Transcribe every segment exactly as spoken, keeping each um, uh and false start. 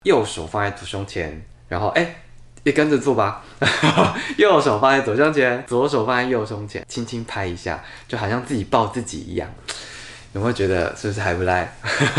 右手放在左胸前，然后哎。也跟着做吧，右手放在左胸前，左手放在右胸前，轻轻拍一下，就好像自己抱自己一样。有没有觉得是不是还不赖？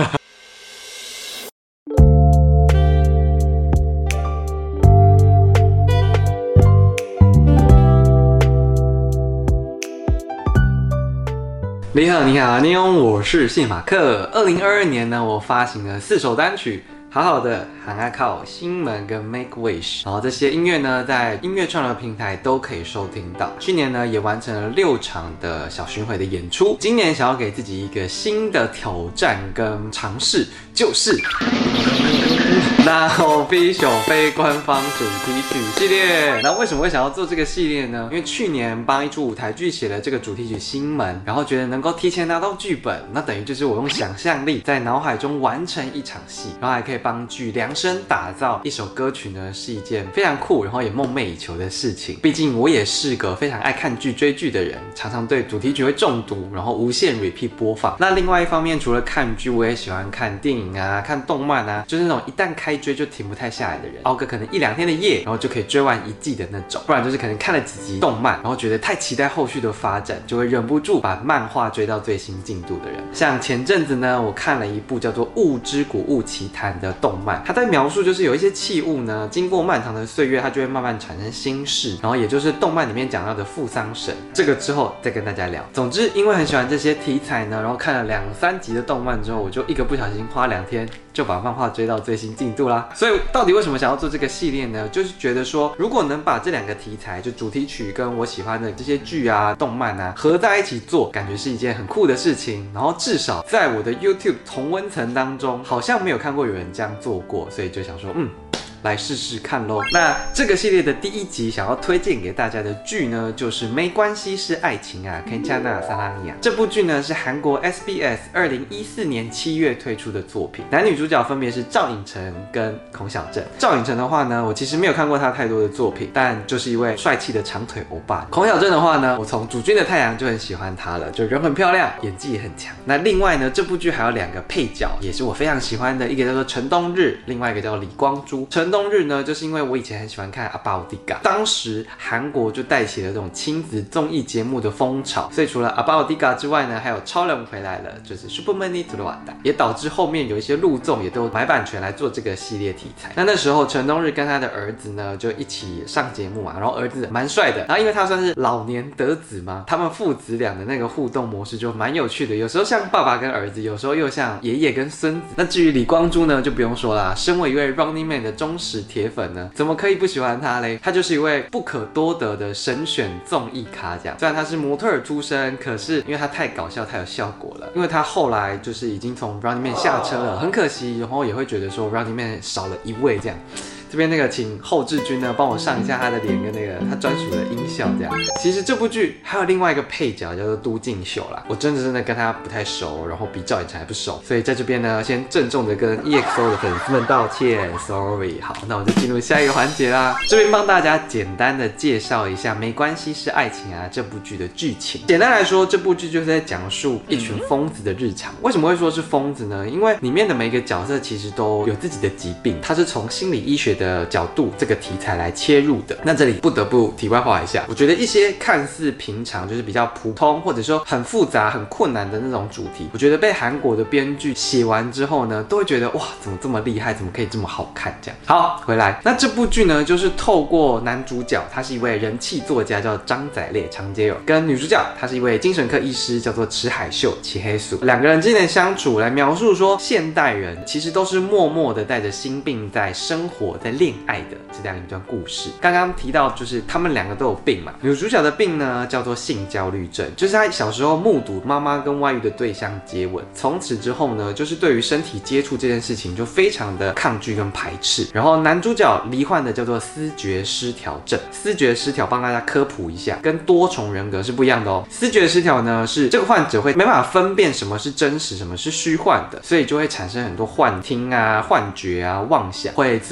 你好，你好，你好，我是谢马克。二零二二年呢，我发行了四首单曲。好好的，喊爱靠、星门跟 Make Wish， 然后这些音乐呢，在音乐串流平台都可以收听到。去年呢，也完成了六场的小巡回的演出。今年想要给自己一个新的挑战跟尝试，就是那后必秀非官方主题曲系列。那为什么会想要做这个系列呢？因为去年帮一出舞台剧写了这个主题曲《星门》，然后觉得能够提前拿到剧本，那等于就是我用想象力在脑海中完成一场戏，然后还可以帮剧量身打造一首歌曲呢，是一件非常酷，然后也梦寐以求的事情。毕竟我也是个非常爱看剧、追剧的人，常常对主题曲会中毒，然后无限 repeat 播放。那另外一方面，除了看剧，我也喜欢看电影啊、看动漫啊，就是那种一旦开追就停不太下来的人，熬个可能一两天的夜，然后就可以追完一季的那种。不然就是可能看了几集动漫，然后觉得太期待后续的发展，就会忍不住把漫画追到最新进度的人。像前阵子呢，我看了一部叫做《雾之谷物奇谭》的动漫。它在描述就是有一些器物呢，经过漫长的岁月，它就会慢慢产生心事，然后也就是动漫里面讲到的付丧神。这个之后再跟大家聊。总之，因为很喜欢这些题材呢，然后看了两三集的动漫之后，我就一个不小心花两天就把漫画追到最新进度啦。所以到底为什么想要做这个系列呢？就是觉得说，如果能把这两个题材，就主题曲跟我喜欢的这些剧啊、动漫啊合在一起做，感觉是一件很酷的事情。然后至少在我的 YouTube 同温层当中，好像没有看过有人这样做过，所以就想说，嗯。来试试看咯。那这个系列的第一集想要推荐给大家的剧呢，就是没关系是爱情啊 Kenchana Saranya。这部剧呢是韩国 S B S 二零一四年七月推出的作品，男女主角分别是赵寅成跟孔晓振。赵寅成的话呢，我其实没有看过他太多的作品，但就是一位帅气的长腿欧巴。孔晓振的话呢，我从《主君的太阳》就很喜欢他了，就人很漂亮，演技也很强。那另外呢，这部剧还有两个配角，也是我非常喜欢的，一个叫做陈东日，另外一个叫李光洙。陈东日呢，就是因为我以前很喜欢看阿巴奥迪嘎，当时韩国就带起了这种亲子综艺节目的风潮，所以除了阿巴奥迪嘎之外呢，还有超人回来了，就是 Superman to the Wanda， 也导致后面有一些陆综也都买版权来做这个系列题材。那那时候陈东日跟他的儿子呢就一起上节目嘛，然后儿子蛮帅的，然后因为他算是老年得子嘛，他们父子俩的那个互动模式就蛮有趣的，有时候像爸爸跟儿子，有时候又像爷爷跟孙子。那至于李光洙呢，就不用说啦，身为一位 Running Man 的忠实铁粉呢，怎么可以不喜欢他嘞？他就是一位不可多得的神选综艺咖这样。虽然他是模特儿出身，可是因为他太搞笑太有效果了，因为他后来就是已经从 Running Man 下车了，很可惜，然后也会觉得说 Running Man 少了一位这样。这边那个请后制君呢帮我上一下他的脸跟那个他专属的音效这样。其实这部剧还有另外一个配角叫做都敬秀啦，我真的真的跟他不太熟，然后比赵寅成还不熟，所以在这边呢先郑重的跟 E X O 的粉丝们道歉 ，sorry。好，那我就进入下一个环节啦。这边帮大家简单的介绍一下《没关系是爱情啊》这部剧的剧情。简单来说，这部剧就是在讲述一群疯子的日常。为什么会说是疯子呢？因为里面的每一个角色其实都有自己的疾病，它是从心理医学的的角度这个题材来切入的。那这里不得不题外话一下，我觉得一些看似平常就是比较普通或者说很复杂很困难的那种主题，我觉得被韩国的编剧写完之后呢，都会觉得哇怎么这么厉害，怎么可以这么好看这样。好，回来，那这部剧呢就是透过男主角他是一位人气作家叫张宰烈长街友，跟女主角他是一位精神科医师叫做池海秀齐黑素，两个人之间的相处来描述说现代人其实都是默默的带着心病在生活在恋爱的这样一段故事。刚刚提到就是他们两个都有病嘛，女主角的病呢叫做性焦虑症，就是她小时候目睹妈妈跟外遇的对象接吻，从此之后呢就是对于身体接触这件事情就非常的抗拒跟排斥。然后男主角罹患的叫做思觉失调症，思觉失调帮大家科普一下，跟多重人格是不一样的哦。思觉失调呢是这个患者会没办法分辨什么是真实什么是虚幻的，所以就会产生很多幻听啊幻觉啊妄想，会自我伤害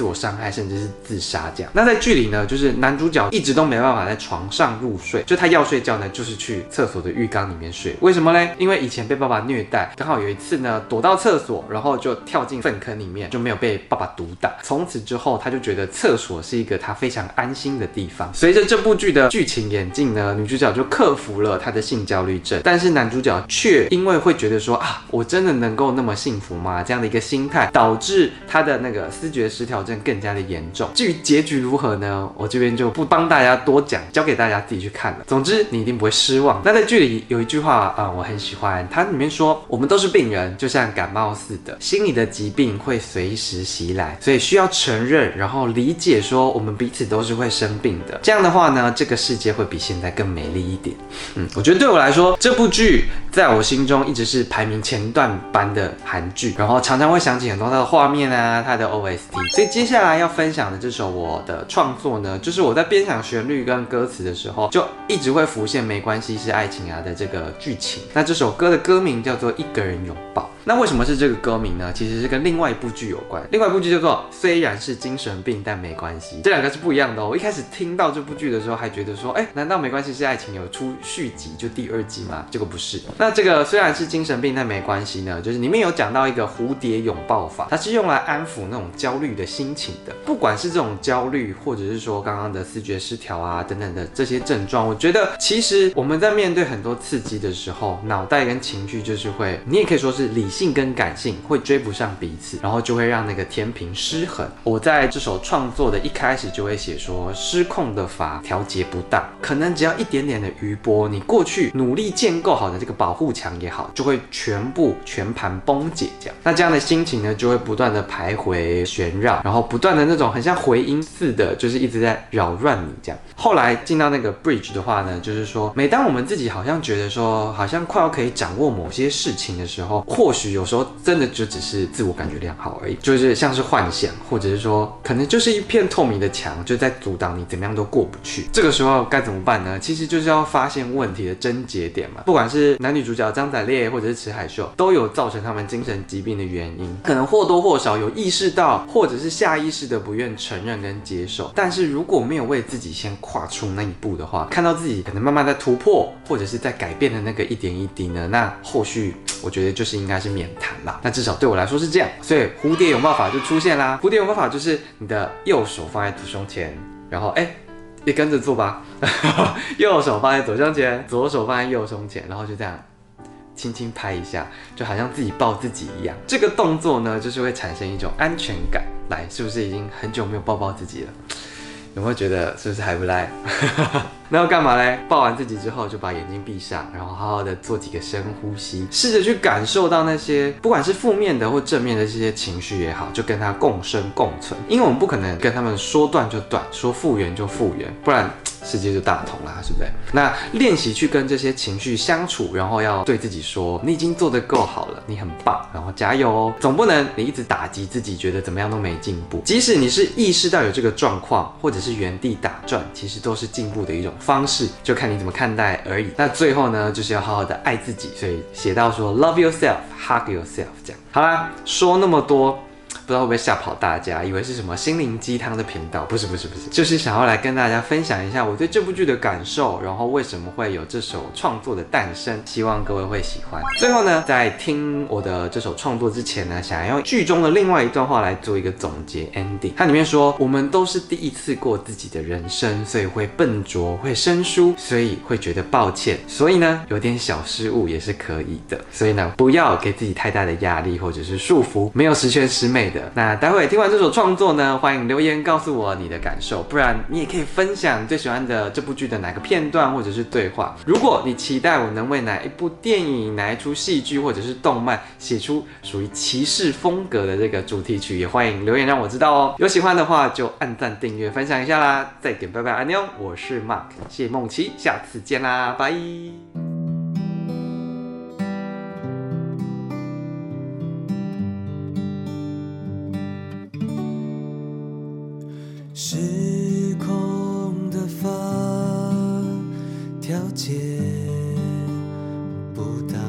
还甚至是自杀这样。那在剧里呢，就是男主角一直都没办法在床上入睡，就他要睡觉呢，就是去厕所的浴缸里面睡。为什么嘞？因为以前被爸爸虐待，刚好有一次呢，躲到厕所，然后就跳进粪坑里面，就没有被爸爸毒打。从此之后，他就觉得厕所是一个他非常安心的地方。随着这部剧的剧情演进呢，女主角就克服了她的性焦虑症，但是男主角却因为会觉得说啊，我真的能够那么幸福吗？这样的一个心态，导致他的那个思觉失调症更加的严重。至于结局如何呢？我这边就不帮大家多讲，交给大家自己去看了。总之，你一定不会失望。那在剧里有一句话啊、呃，我很喜欢，它里面说，我们都是病人，就像感冒似的，心理的疾病会随时袭来，所以需要承认，然后理解说我们彼此都是会生病的。这样的话呢，这个世界会比现在更美丽一点。嗯，我觉得对我来说，这部剧在我心中一直是排名前段班的韩剧，然后常常会想起很多它的画面啊，它的 O S T。所以接下来要分享的这首我的创作呢，就是我在编想旋律跟歌词的时候，就一直会浮现没关系是爱情啊的这个剧情。那这首歌的歌名叫做《一个人拥抱》。那为什么是这个歌名呢？其实是跟另外一部剧有关，另外一部剧叫做《虽然是精神病但没关系》，这两个是不一样的哦。我一开始听到这部剧的时候，还觉得说，哎，难道没关系是爱情有出续集，就第二季吗？结果不是。那这个虽然是精神病但没关系呢，就是里面有讲到一个蝴蝶拥抱法，它是用来安抚那种焦虑的心情的。不管是这种焦虑，或者是说刚刚的思觉失调啊等等的这些症状，我觉得其实我们在面对很多刺激的时候，脑袋跟情绪就是会，你也可以说是理性跟感性会追不上彼此，然后就会让那个天平失衡。我在这首创作的一开始就会写说，失控的阀调节不当，可能只要一点点的余波，你过去努力建构好的这个保护墙也好，就会全部全盘崩解这样。那这样的心情呢，就会不断的徘徊旋绕，然后不断的那种很像回音似的，就是一直在扰乱你这样。后来进到那个 bridge 的话呢，就是说，每当我们自己好像觉得说，好像快要可以掌握某些事情的时候，或许有时候真的就只是自我感觉良好而已，就是像是幻想，或者是说可能就是一片透明的墙，就在阻挡你怎么样都过不去。这个时候该怎么办呢？其实就是要发现问题的症结点嘛。不管是男女主角张载烈或者是池海秀，都有造成他们精神疾病的原因，可能或多或少有意识到，或者是下意识的不愿承认跟接受。但是如果没有为自己先跨出那一步的话，看到自己可能慢慢在突破，或者是在改变的那个一点一滴呢，那后续我觉得就是应该是免谈啦。那至少对我来说是这样，所以蝴蝶拥抱法就出现啦。蝴蝶拥抱法就是你的右手放在左胸前，然后哎，也跟着做吧。右手放在左胸前，左手放在右胸前，然后就这样轻轻拍一下，就好像自己抱自己一样。这个动作呢，就是会产生一种安全感。来，是不是已经很久没有抱抱自己了？有没有觉得是不是还不赖？那要干嘛嘞？抱完自己之后，就把眼睛闭上，然后好好的做几个深呼吸，试着去感受到那些不管是负面的或正面的这些情绪也好，就跟它共生共存。因为我们不可能跟他们说断就断，说复原就复原，不然世界就大同啦，是不是？那练习去跟这些情绪相处，然后要对自己说，你已经做得够好了，你很棒，然后加油哦。总不能你一直打击自己，觉得怎么样都没进步。即使你是意识到有这个状况，或者是原地打转，其实都是进步的一种方式，就看你怎么看待而已。那最后呢，就是要好好的爱自己，所以写到说 love yourself, hug yourself 这样。好啦，说那么多，不知道会不会吓跑大家，以为是什么心灵鸡汤的频道？不是不是不是，就是想要来跟大家分享一下我对这部剧的感受，然后为什么会有这首创作的诞生，希望各位会喜欢。最后呢，在听我的这首创作之前呢，想要用剧中的另外一段话来做一个总结 ending。它里面说，我们都是第一次过自己的人生，所以会笨拙，会生疏，所以会觉得抱歉，所以呢，有点小失误也是可以的。所以呢，不要给自己太大的压力或者是束缚，没有十全十美的。那待会听完这首创作呢，欢迎留言告诉我你的感受，不然你也可以分享你最喜欢的这部剧的哪个片段或者是对话。如果你期待我能为哪一部电影、哪一出戏剧或者是动漫写出属于骑士风格的这个主题曲，也欢迎留言让我知道哦。有喜欢的话就按赞、订阅、分享一下啦。再点拜拜，安妞，我是 Mark， 谢梦琪，下次见啦，拜。 时空的阀调节不当，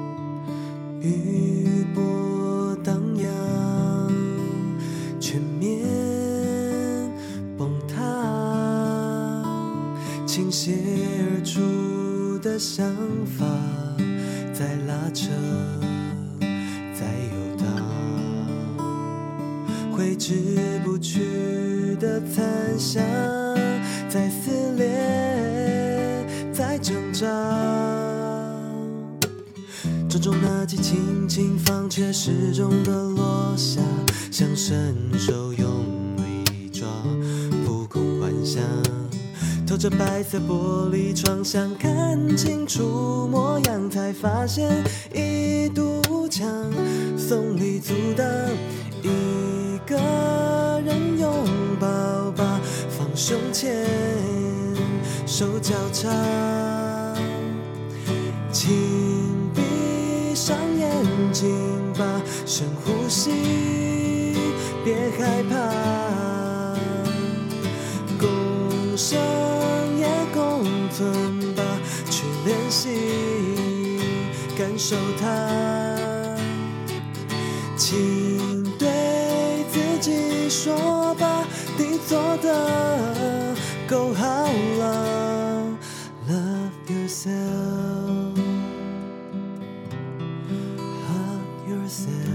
余波荡漾，全面想法在拉扯，在游荡，挥之不去的残响，在撕裂，在挣扎。种种垃圾轻轻放，却始终的落下，像伸手用力抓，扑空幻想。透着白色玻璃窗，想看清楚模样，才发现一堵墙，耸立阻挡。一个人拥抱吧，放胸前，手交叉，请闭上眼睛吧，深呼吸，别害怕，共生也共存吧，去练习感受它，请对自己说吧，你做的够好了。 Love yourself, hug yourself.